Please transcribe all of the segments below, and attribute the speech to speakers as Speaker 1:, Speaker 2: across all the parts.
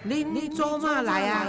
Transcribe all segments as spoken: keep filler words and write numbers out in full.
Speaker 1: 恁做嘛来啊？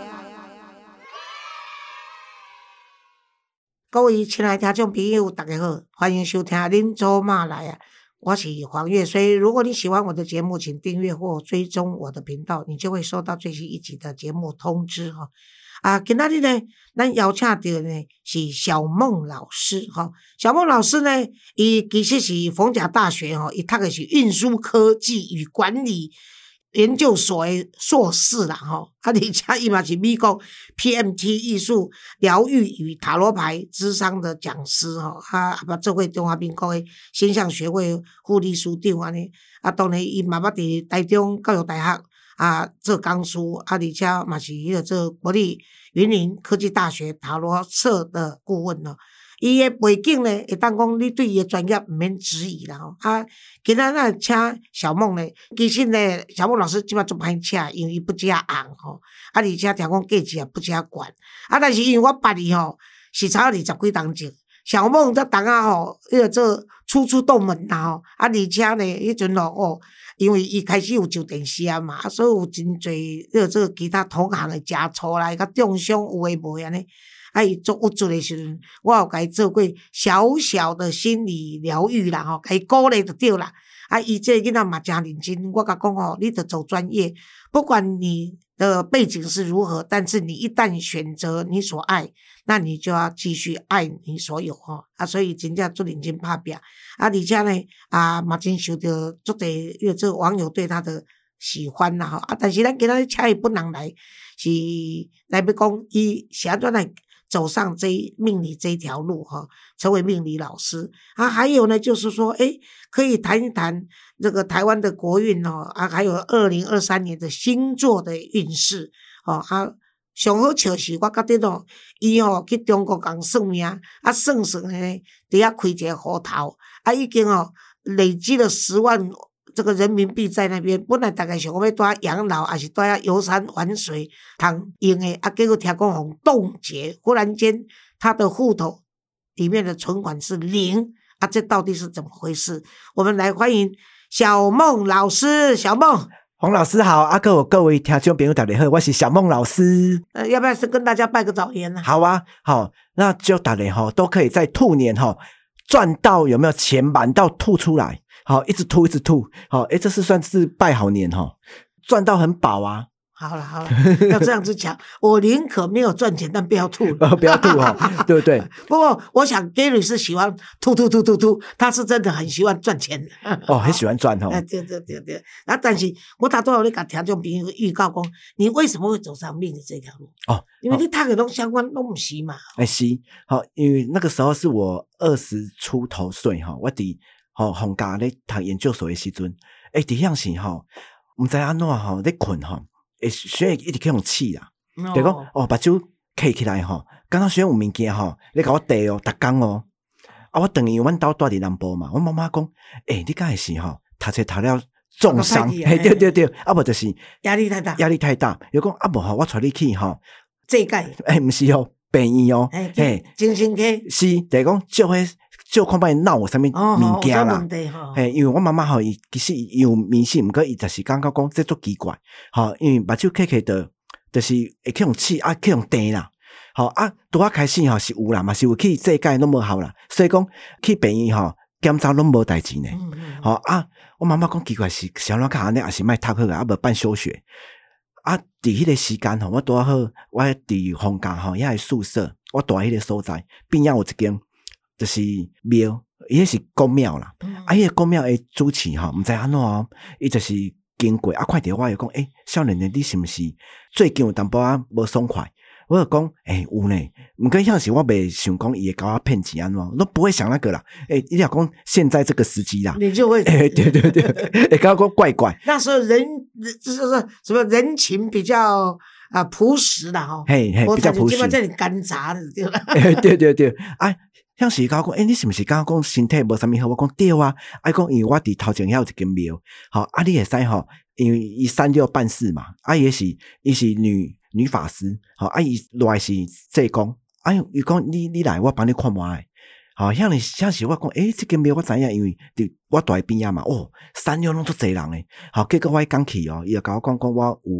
Speaker 1: 各位亲爱的听众朋友，大家好，欢迎收听《恁做嘛来啊》，我是黄月水。如果你喜欢我的节目，请订阅或追踪我的频道，你就会收到最新一集的节目通知哈。啊，今天呢，咱邀请到呢是小孟老师哈。小孟老师呢，伊其实是逢甲大学哈，伊读的是运输科技与管理研究所的硕士啦吼，啊，而且伊嘛是美国 P M T 艺术疗愈与塔罗牌諮商的讲师吼，啊，啊，做过中华民国的形象学会副理事长安尼，啊，当然伊嘛捌伫台中教育大学啊做讲师，啊，而且嘛是迄个做国立云林科技大学塔罗社的顾问咯。伊的背景呢，会当讲你对伊的专业毋免质疑啦吼。啊，今仔咱请小孟呢，其实呢，小孟老师即摆做歹请，因为伊不加红吼，啊，而且听讲价钱也不加悬，啊，但是因为我捌伊吼是差二十几当前，小孟这当啊吼，迄个做初出动门啦吼，啊，而且呢，迄阵咯哦，因为伊开始有上电视啊嘛，啊，所以有真侪迄个做其他同行的加粗啦，甲中伤有诶无安尼。啊，伊做有做诶时阵，我有甲伊做过小小的心理疗愈啦，吼，甲伊鼓励就对啦。啊，伊这个囡仔嘛真认真，我甲讲吼，你得走专业，不管你的背景是如何，但是你一旦选择你所爱，那你就要继续爱你所有吼。啊，所以真正做认真拍拼，啊，而且呢，啊，嘛真受到足侪迄个这网友对他的喜欢啦，吼。啊，但是咱今仔日请伊本人来，是来要讲伊是安怎来走上这一命理这一条路哈，成为命理老师啊，还有呢，就是说，诶，可以谈一谈这个台湾的国运哦，啊，还有二零二三年的星座的运势哦，啊，上好笑是我觉得哦，伊哦去中国共算命，啊，算算呢，伫遐开一个户头，啊，已经哦累积了十万。这个人民币在那边，本来大概想讲要住养老，还是住遐游山玩水，通用的，啊，结果听讲互冻结，忽然间他的户头里面的存款是零，啊，这到底是怎么回事？我们来欢迎小孟老师，小孟。
Speaker 2: 黄老师好，啊，各位各位听众朋友大家好，我是小孟老师。
Speaker 1: 呃，要不要先跟大家拜个早年呢？
Speaker 2: 好啊，好，那就大家哈都可以在兔年哈赚到有没有钱满到吐出来？好，一直吐一直吐，好，诶，这是算是拜好年哈，赚到很饱啊。
Speaker 1: 好了好了，要这样子讲，我宁可没有赚钱，但不要吐，
Speaker 2: 不要吐哈，对不对？
Speaker 1: 不过我想 Gary 是喜欢吐吐吐吐吐，他是真的很喜欢赚钱
Speaker 2: 哦，很喜欢赚哦。
Speaker 1: 对对对对，啊，但是我打多少你甲听众朋友预告讲，你为什么会走上命理这条路？
Speaker 2: 哦，
Speaker 1: 因为你读的都相关都不是嘛。
Speaker 2: 哎，是，好，因为那个时候是我二十出头岁哈，我伫。吼，洪家咧读研究所的时阵，诶，伫向时吼，毋知安怎吼，咧困吼，会学一直去用气啦，就讲哦，目睭起起来吼，刚刚学有物件吼，你甲我递哦，逐工哦，啊，我等于阮兜住伫南部嘛，我妈妈讲，诶，你敢会是吼，读册读了重伤，嘿，对对对，啊无就是
Speaker 1: 压力太大，
Speaker 2: 压力太大，又讲啊无吼，我带你去吼，
Speaker 1: 这个
Speaker 2: 诶，毋是哦，病院哦，
Speaker 1: 嘿，精神科
Speaker 2: 是，就讲照迄。就看摆闹有啥物物件啦，嘿，因为我妈妈吼，伊其实伊有迷信，毋过伊就是感觉讲这足奇怪，吼，因为目睭起起的，就是会去用气啊，去用电啦，吼啊，拄啊开始吼是有啦，嘛是有去这界拢无效啦，所以讲去病院吼检查拢无代志呢，吼啊，我妈妈讲奇怪是小卵卡安尼，也是卖读好个，啊无办休学，啊，伫迄个时间吼，我拄好，我伫洪家吼，遐个宿舍，我住迄个所在，边仔有一间。就是庙，伊迄是公庙啦，嗯、啊，迄个公庙诶主持吼，毋知安怎哦，伊就是经过啊，看到我又讲，诶、欸，少年人你是毋是最近有淡薄仔无爽快？我就讲，诶、欸，有呢，毋过迄时我袂想讲伊会甲我骗钱安怎，都不会想那个啦。诶、欸，伊要讲现在这个时机啦，
Speaker 1: 你就会，
Speaker 2: 诶、欸，对对对，会感觉讲怪怪。
Speaker 1: 那时候人就是说什么人情比较啊朴实啦吼，
Speaker 2: 嘿嘿，比较朴实，
Speaker 1: 基本上你干杂的对吧？
Speaker 2: 欸、对对对，啊。像是甲我讲，诶、欸，你是毋是敢讲身体无啥物好？我讲对啊，啊讲因为我伫头前遐有一间庙，好啊，你会使吼，因为伊三六办事嘛，啊伊是伊是女女法师，好啊伊来是济公，啊伊讲你你来，我帮你看卖。好，像你像是我讲，诶、欸，这间庙我知影，因为伫我住喺边啊嘛，哦，三六拢足侪人诶，好，结果我一讲去哦，伊就甲我讲讲我有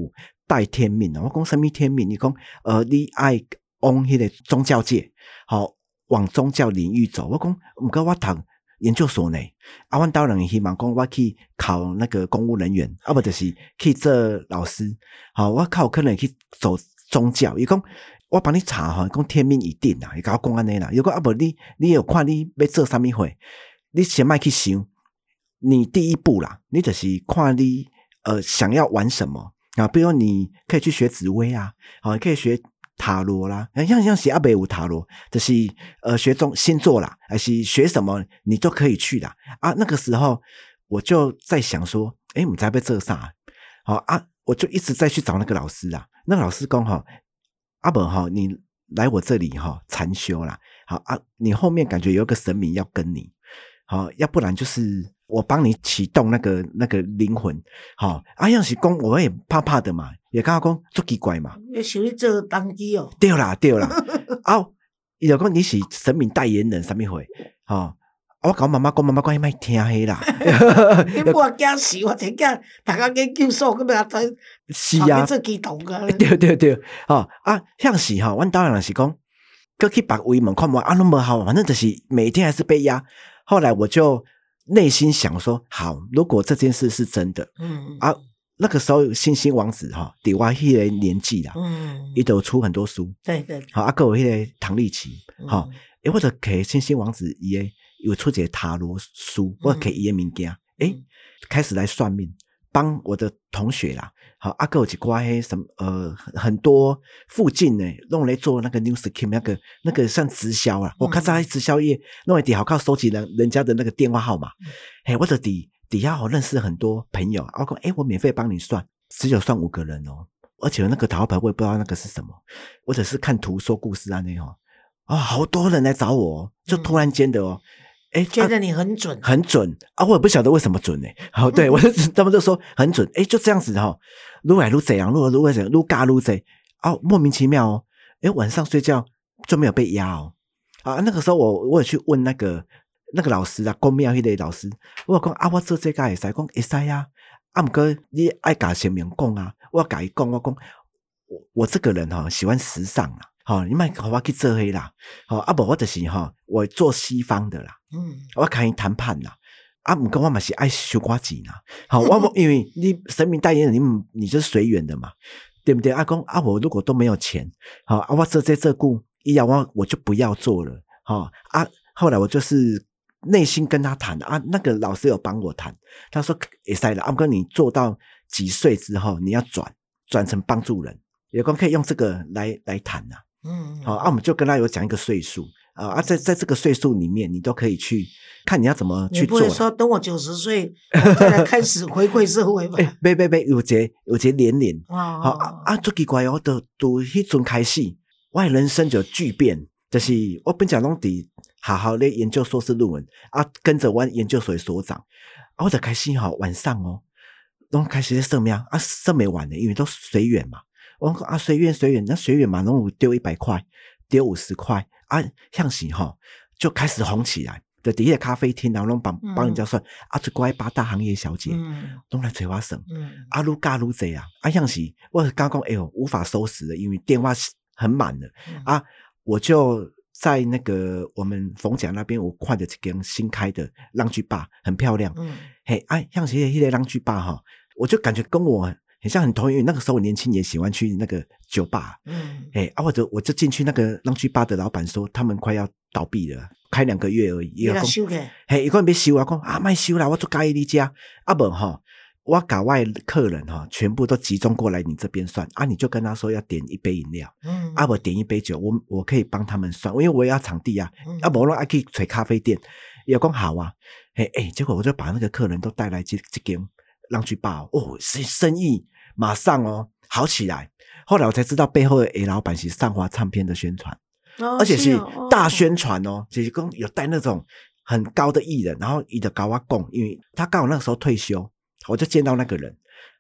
Speaker 2: 带天命我讲什么天命？你讲呃，你爱往迄个宗教界，好、哦、往宗教领域走。我讲，不过我读研究所呢，啊，阮当然希望讲我去考那个公务人员，啊不就是去做老师。好、哦，我靠可能去走宗教。伊讲我帮你查哈，讲天命已定啦，伊甲我讲安尼啦。如果啊不你你有看你要做啥物货，你先莫去想，你第一步啦，你就是看你呃想要玩什么啊？比如你可以去学紫微啊，好、哦，你可以学塔罗啦，像像是阿北有塔罗，就是呃学中星座啦，还是学什么你都可以去啦。啊。那个时候我就在想说，诶，我们在被这啥？好、哦、啊，我就一直在去找那个老师啦。那个老师讲哈，阿伯哈，你来我这里哈禅修啦，好啊，你后面感觉有一个神明要跟你，好，要不然就是我帮你启动那个那个灵魂，好啊，要是讲我也怕怕的嘛。也刚刚讲足奇怪嘛，
Speaker 1: 你想你做当机哦？
Speaker 2: 对啦对啦，啊，伊就讲你是神明代言人，什么回？哦，我甲我妈妈讲，妈妈讲伊莫听迄啦。
Speaker 1: 你我惊死，我真惊，大家研究所咁样在，
Speaker 2: 是啊，
Speaker 1: 做激动啊。
Speaker 2: 对对对，哦啊，像是哈，阮当然是讲，搁去别位问看无啊，拢无好，反正就是每天还是被压。后来我就内心想说，好，如果这件事是真的，嗯啊。那个时候星星王子哈，伫我迄个年纪啦，嗯，伊都出很多书，对对，好啊，还有迄个唐立奇，好、嗯，诶，或者给星星王子伊个有出一个塔罗书，或者给伊个物件，诶、嗯，开始来算命，帮我的同学啦，好，啊，还有一寡迄什么呃很多附近呢，弄来做那个 New Scheme 那个那个像直销啊，我看在直销业弄来底好靠收集人人家的那个电话号码，嘿、嗯，或者底。底下我认识很多朋友，我说诶我免费帮你算，只有算五个人哦，而且那个塔罗牌我也不知道那个是什么，我只是看图说故事啊那哦，啊、哦、好多人来找我，就突然间的哦，诶、嗯、
Speaker 1: 觉得你很准，
Speaker 2: 啊、很准啊，我也不晓得为什么准呢，好，对我就他们就说很准，诶就这样子哈、哦，愈来愈这样，愈来愈这样，愈加愈这啊，莫名其妙哦，诶晚上睡觉就没有被压哦，啊那个时候我我也去问那个。那个老师啊，公庙迄个老师，我讲啊，我做这个会使，讲会使啊，啊，不过你爱甲神明讲啊，我甲伊讲，我讲我我这个人哈、哦、喜欢时尚啦，好、哦，你莫给我去做黑啦，好、哦，啊不我就是哈、哦，我做西方的啦，嗯，我跟伊谈判啦，啊，不过我嘛是爱收寡钱啦，好，我因为你神明代言人，你你就是随缘的嘛，对不对？啊讲啊，我如果都没有钱，好啊，我做这这顾，伊要我我就不要做了，好、哦、啊，后来我就是。内心跟他谈啊，那个老师有帮我谈，他说也塞了，阿哥你做到几岁之后，你要转转成帮助人，有空可以用这个来来谈呐、啊。嗯，好啊，我们就跟他有讲一个岁数啊，啊，在在这个岁数里面，你都可以去看你要怎么去做。
Speaker 1: 你不会说等我九十岁再来开始回馈社会吧？
Speaker 2: 哎，别别别，有节有节年龄，好啊啊，最奇怪哦，都都迄阵开始，我的人生就巨变，就是我本讲拢伫。好好的研究硕士论文啊，跟着我研究所的所长，啊，我就开始哈晚上哦，都开始在算命啊，算没完的，因为都随缘嘛。我说啊，随缘随缘，那随缘嘛，拢有丢一百块，丢五十块啊，像是哈就开始红起来。就底下咖啡厅，然后拢帮帮人家算、嗯、啊，最乖八大行业小姐，拢、嗯、来找我算，嗯、啊，愈加愈济啊，啊，像是我刚刚哎呦无法收拾了，因为电话很满了、嗯、啊，我就。在那个我们逢甲那边，我看到一间新开的浪剧吧，很漂亮。嗯，嘿，哎，像是那个浪剧吧哈，我就感觉跟我很像很同意。那个时候我年轻也喜欢去那个酒吧。嗯，哎啊，或者我就进去那个浪剧吧的老板说，他们快要倒闭了，开两个月而已。
Speaker 1: 要收起？
Speaker 2: 嘿，伊讲别收啊，讲啊，卖收啦，我做介意你家啊不哈。我搞外客人哈，全部都集中过来你这边算啊，你就跟他说要点一杯饮料，嗯，啊，我点一杯酒，我我可以帮他们算，因为我也要场地啊，嗯、啊，不然还可以找咖啡店，也讲好啊，嘿，哎，结果我就把那个客人都带来这这间浪剧吧，哦，生意马上哦好起来，后来我才知道背后的 A 老板是上华唱片的宣传，哦、而且是大宣传哦，就是讲有带那种很高的艺人，然后伊就跟我讲，因为他刚好那个时候退休。我就见到那个人，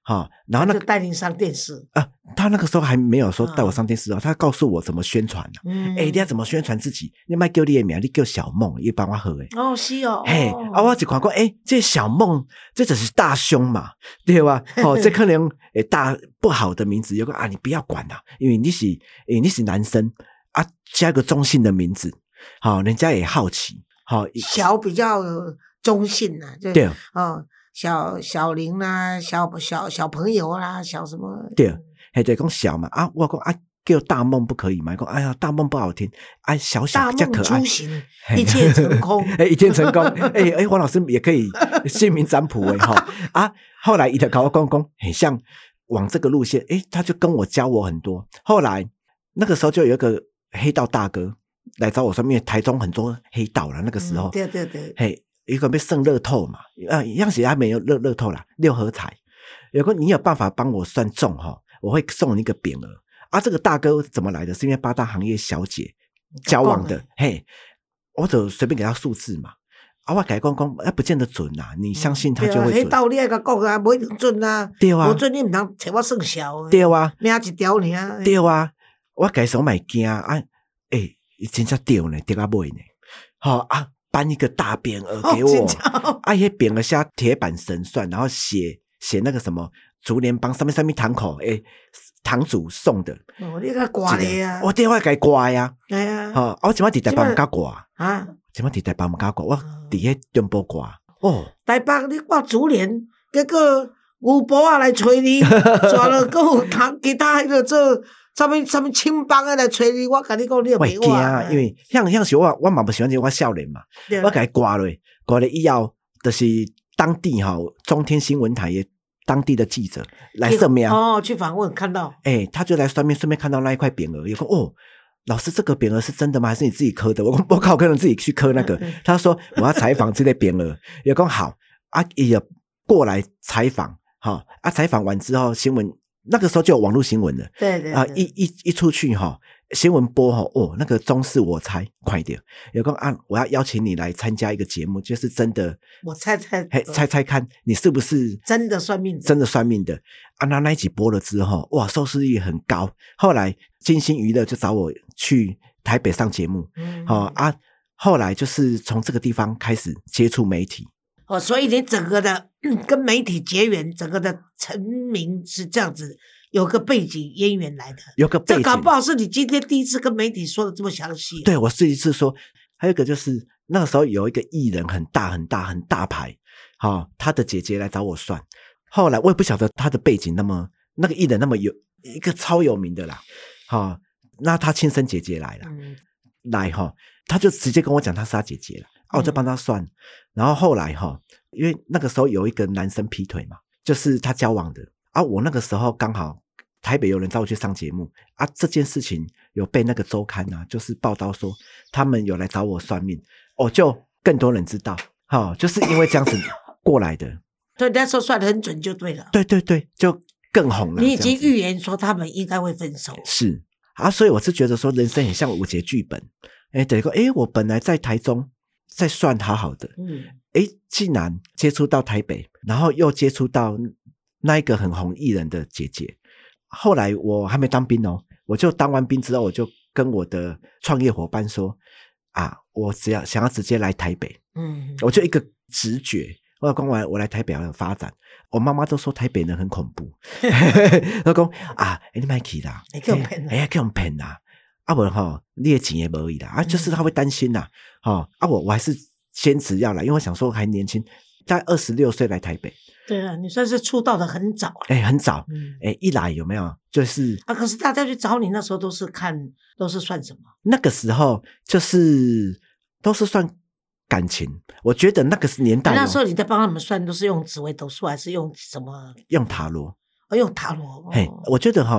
Speaker 2: 好、哦，然后那
Speaker 1: 就带您上电视
Speaker 2: 啊，他那个时候还没有说带我上电视哦，嗯、他告诉我怎么宣传呢、啊？
Speaker 1: 嗯，
Speaker 2: 哎、欸，你要怎么宣传自己？你卖叫你的名，你叫小梦，也帮我喝诶。
Speaker 1: 哦，是哦，
Speaker 2: 嘿，啊，我一看过，哎、欸，这小梦，这只是大胸嘛，对吧？哦，这可能诶大不好的名字，有个啊，你不要管啦，因为你是诶、欸、你是男生啊，加一个中性的名字，好、哦，人家也好奇，好、哦，
Speaker 1: 小比较中性啊，
Speaker 2: 对，
Speaker 1: 哦。小小林啦、啊，小小小朋友啦、啊，小什么？
Speaker 2: 对，还得讲小嘛啊！我讲啊，叫大梦不可以嘛？讲哎呀，大梦不好听，哎、啊，小小比较可爱。
Speaker 1: 一切成功，
Speaker 2: 哎，一切成功，哎哎，黄老师也可以姓名占卜哎哈啊！后来伊就搞我公公很像往这个路线，哎，他就跟我教我很多。后来那个时候就有一个黑道大哥来找我说，因为台中很多黑道了，那个时候，
Speaker 1: 嗯、对对对，
Speaker 2: 嘿。一个被剩乐透嘛，啊，一样是还没有乐乐透啦，六合彩。有个你有办法帮我算中哈，我会送你一个匾额啊。这个大哥怎么来的？是因为八大行业小姐交往的，嘿，我就随便给他数字嘛。啊，我改讲讲，啊，不见得准呐、啊，你相信他就会准。
Speaker 1: 黑道你爱甲讲啊，不一定准啊。
Speaker 2: 对啊，
Speaker 1: 不准你唔通找我算小。
Speaker 2: 对啊，
Speaker 1: 命一条尔。
Speaker 2: 对啊，我改手买惊啊，哎、欸，真正对呢，对啊尾呢，好啊。颁一个大匾额给我，
Speaker 1: 哦、
Speaker 2: 啊，也匾额下铁板神算，然后写写那个什么竹联帮上面上面堂口，诶，堂主送的。
Speaker 1: 哦，你个挂的啊！
Speaker 2: 我电话给挂呀，
Speaker 1: 哎呀，
Speaker 2: 好、哦，我今晚伫台北唔敢挂
Speaker 1: 啊，
Speaker 2: 今晚伫台北唔敢挂，我伫迄中部挂。哦，
Speaker 1: 台北你挂竹联，结果有婆啊来找你，抓了个有堂其他迄个做。什么什么青帮的来找你，我跟你讲，你也袂
Speaker 2: 我啊，因为像像是我我嘛不喜欢这我少年嘛，我给他挂了，挂了以后，就是当地哈中天新闻台也当地的记者来算命
Speaker 1: 哦，去访问看到，
Speaker 2: 哎、欸，他就来算命，顺便看到那一块匾额，有个哦，老师这个匾额是真的吗？还是你自己刻的？我我靠，可能自己去刻那个。他说我要采访这类匾额，有讲好啊，也过来采访，哈啊，采访完之后新闻。那个时候就有网络新闻了，
Speaker 1: 对 对, 對
Speaker 2: 啊，一一一出去哈，新闻播哈，哦，那个中式我猜快点，有个啊，我要邀请你来参加一个节目，就是真的，
Speaker 1: 我猜猜，
Speaker 2: 嘿，猜猜看你是不是
Speaker 1: 真的算命的，
Speaker 2: 真的算命的啊？那那一集播了之后，哇，收视率很高。后来金星娱乐就找我去台北上节目，嗯，哦啊，后来就是从这个地方开始接触媒体。
Speaker 1: 哦，所以你整个的、嗯、跟媒体结缘，整个的成名是这样子，有个背景渊源来的。
Speaker 2: 有个背景，
Speaker 1: 这搞不好是你今天第一次跟媒体说的这么详细。
Speaker 2: 对，我是一次说，还有一个就是那个时候有一个艺人很大很大很大牌，好、哦，他的姐姐来找我算，后来我也不晓得他的背景那么那个艺人那么有一个超有名的啦，好、哦，那他亲生姐姐来了，嗯、来哈、哦，他就直接跟我讲他是他姐姐了。啊，我就帮他算，嗯、然后后来哈，因为那个时候有一个男生劈腿嘛，就是他交往的啊。我那个时候刚好台北有人找我去上节目啊，这件事情有被那个周刊啊，就是报道说他们有来找我算命，哦，就更多人知道，哈、哦，就是因为这样子过来的。
Speaker 1: 对，那时候算得很准就对了。
Speaker 2: 对对对，就更红了。
Speaker 1: 你已经预言说他们应该会分手。
Speaker 2: 是啊，所以我是觉得说人生很像五节剧本。哎，等于说，哎，我本来在台中。在算好好的，嗯，诶，竟然接触到台北，然后又接触到那一个很红艺人的姐姐。后来我还没当兵哦，我就当完兵之后，我就跟我的创业伙伴说，啊，我只要想要直接来台北，嗯，我就一个直觉，我讲完我来台北要发展，我妈妈都说台北人很恐怖，她讲啊，欸、你别去啦，
Speaker 1: 你给我骗啦，
Speaker 2: 哎呀，给我们骗啦。啊不吼，你的钱也没啦，啊，就是他会担心啦，哈、嗯，啊我我还是坚持要来，因为我想说还年轻，在二十六岁来台北，
Speaker 1: 对啊，你算是出道的很早、啊，
Speaker 2: 哎、欸，很早，嗯，哎、欸，一来有没有就是
Speaker 1: 啊？可是大家去找你那时候都是看都是算什么？
Speaker 2: 那个时候就是都是算感情，我觉得那个是年代、哦，
Speaker 1: 那时候你在帮他们算，都是用紫微斗数还是用什么？
Speaker 2: 用塔罗，
Speaker 1: 哦，用塔罗，
Speaker 2: 嘿、哦，我觉得哈。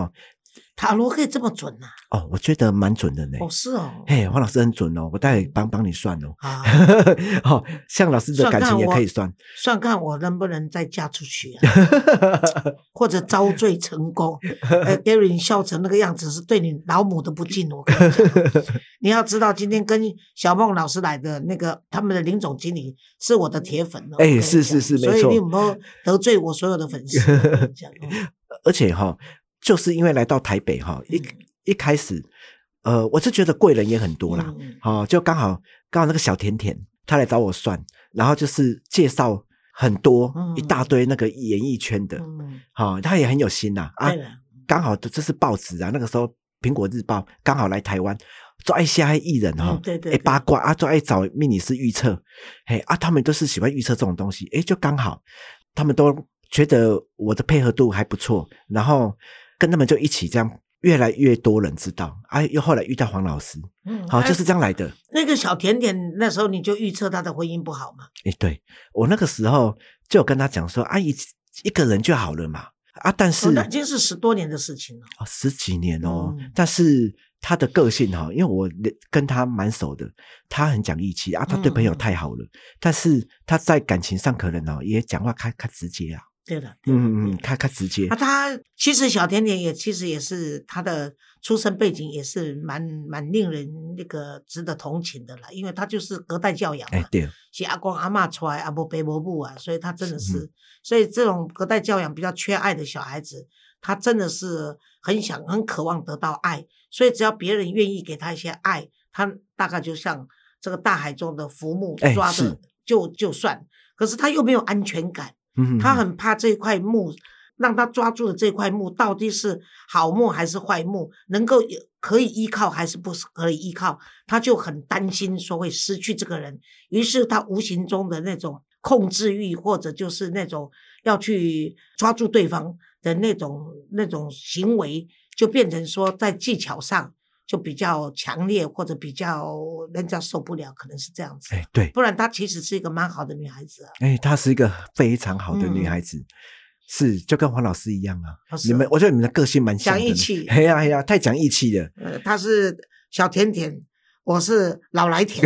Speaker 1: 塔罗可以这么准啊？
Speaker 2: 哦，我觉得蛮准的呢。
Speaker 1: 哦，是哦。
Speaker 2: 嘿，黄老师很准哦，我待会帮帮你算哦。
Speaker 1: 啊，
Speaker 2: 哦，像老师的感情也可以算，
Speaker 1: 算看我能不能再嫁出去啊，或者遭罪成功。呃 ，Gary 你笑成那个样子，是对你老母的不敬。我跟你讲，你要知道，今天跟小孟老师来的那个他们的林总经理是我的铁粉哦。
Speaker 2: 哎、欸，是是是，没错。
Speaker 1: 所以你有没有得罪我所有的粉丝？
Speaker 2: 而且哈、哦，就是因为来到台北哈、哦，一、嗯、一开始，呃，我是觉得贵人也很多啦，嗯、哦，就刚好刚好那个小甜甜他来找我算，然后就是介绍很多、嗯、一大堆那个演艺圈的，嗯，好、哦，他也很有心呐啊，刚好这是报纸啊，那个时候苹果日报刚好来台湾。做爱下艺人哈、哦嗯，
Speaker 1: 对对, 對，
Speaker 2: 八卦啊，做爱找命理师预测，嘿啊，他们都是喜欢预测这种东西，诶，就刚好，他们都觉得我的配合度还不错，然后跟他们就一起这样，越来越多人知道，啊，又后来遇到黄老师，嗯，好，就是这样来的。
Speaker 1: 那个小甜甜那时候你就预测他的婚姻不好嘛？
Speaker 2: 诶，对，我那个时候就有跟他讲说，啊，一一个人就好了嘛，啊，但是、
Speaker 1: 哦、那已经是十多年的事情了，
Speaker 2: 哦，十几年哦，嗯、但是。他的个性哈，因为我跟他蛮熟的，他很讲义气啊，他对朋友太好了，嗯、但是他在感情上可能哦也讲话开开直接啊。
Speaker 1: 对的，
Speaker 2: 嗯嗯，开开直接。
Speaker 1: 啊，他其实小甜甜也其实也是他的出身背景也是蛮蛮令人那个值得同情的啦，因为他就是隔代教养嘛，
Speaker 2: 哎对，
Speaker 1: 是阿公阿嬷出来，阿伯伯伯母啊，所以他真的是，嗯、所以这种隔代教养比较缺爱的小孩子，他真的是很想很渴望得到爱。所以只要别人愿意给他一些爱，他大概就像这个大海中的浮木抓着就、欸、就算，可是他又没有安全感，嗯、他很怕这块木让他抓住的这块木到底是好木还是坏木，能够可以依靠还是不可以依靠，他就很担心说会失去这个人，于是他无形中的那种控制欲或者就是那种要去抓住对方的那种那种行为，就变成说在技巧上就比较强烈，或者比较人家受不了，可能是这样子。
Speaker 2: 哎，对，
Speaker 1: 不然她其实是一个蛮好的女孩子啊。
Speaker 2: 哎，她是一个非常好的女孩子，嗯、是就跟黄老师一样啊。哦、你们，我觉得你们的个性蛮像的，
Speaker 1: 讲义气。
Speaker 2: 嘿呀嘿呀，太讲义气了。
Speaker 1: 呃，她是小甜甜。我是老来甜。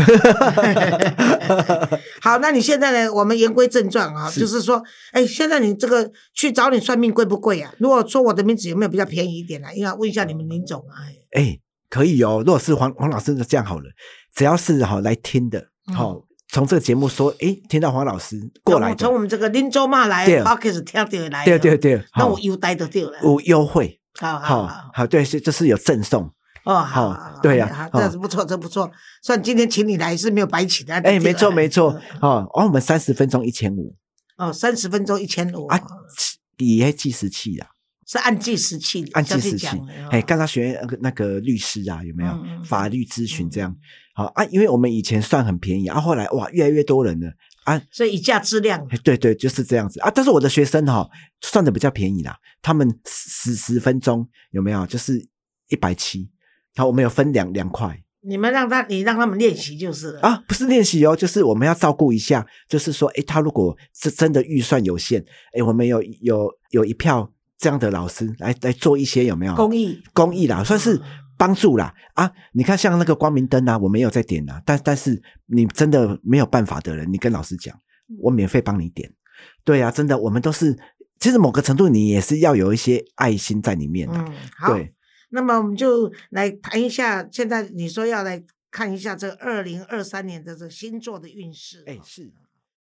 Speaker 1: 好，那你现在呢？我们言归正传啊，是就是说，哎，现在你这个去找你算命贵不贵啊？如果说我的名字有没有比较便宜一点啊？应该问一下你们林总啊。
Speaker 2: 哎，可以哦。如果是黄黄老师的这样好了，只要是好、哦、来听的，好、嗯，从这个节目说，哎，听到黄老师过来的，
Speaker 1: 从我们这个林州嘛来 ，Podcast 听到来，
Speaker 2: 对对对，
Speaker 1: 那我优待就对了，
Speaker 2: 有优惠，
Speaker 1: 好好好，
Speaker 2: 好，对，是就是有赠送。
Speaker 1: 哦，好，好
Speaker 2: 对呀、
Speaker 1: 啊，这是不错，这不错。算今天请你来是没有白请的。
Speaker 2: 哎，没错没错，哦，哦，我们三十分钟一千五，
Speaker 1: 哦，三十分钟一千五啊，
Speaker 2: 也计时器啊，
Speaker 1: 是按计时器，
Speaker 2: 按计时器。哎，刚刚学那个那个律师啊，有没有、嗯、法律咨询这样？嗯、好啊，因为我们以前算很便宜啊，后来哇，越来越多人了啊，
Speaker 1: 所以以价质量。
Speaker 2: 对对，就是这样子啊。但是我的学生哈、哦，算的比较便宜啦，他们十十分钟有没有？就是一百七。好，我们有分两两块，
Speaker 1: 你们让他，你让他们练习就是了
Speaker 2: 啊，不是练习哦，就是我们要照顾一下，就是说，诶，他如果是真的预算有限，诶，我们有有有一票这样的老师来来做一些有没有
Speaker 1: 公益
Speaker 2: 公益啦，算是帮助啦、嗯、啊！你看像那个光明灯啊，我没有在点啊，但但是你真的没有办法的人，你跟老师讲，我免费帮你点。对啊，真的，我们都是，其实某个程度你也是要有一些爱心在里面的、
Speaker 1: 嗯，好。
Speaker 2: 对。
Speaker 1: 那么我们就来谈一下，现在你说要来看一下这二零二三年的这星座的运势。
Speaker 2: 哎，是。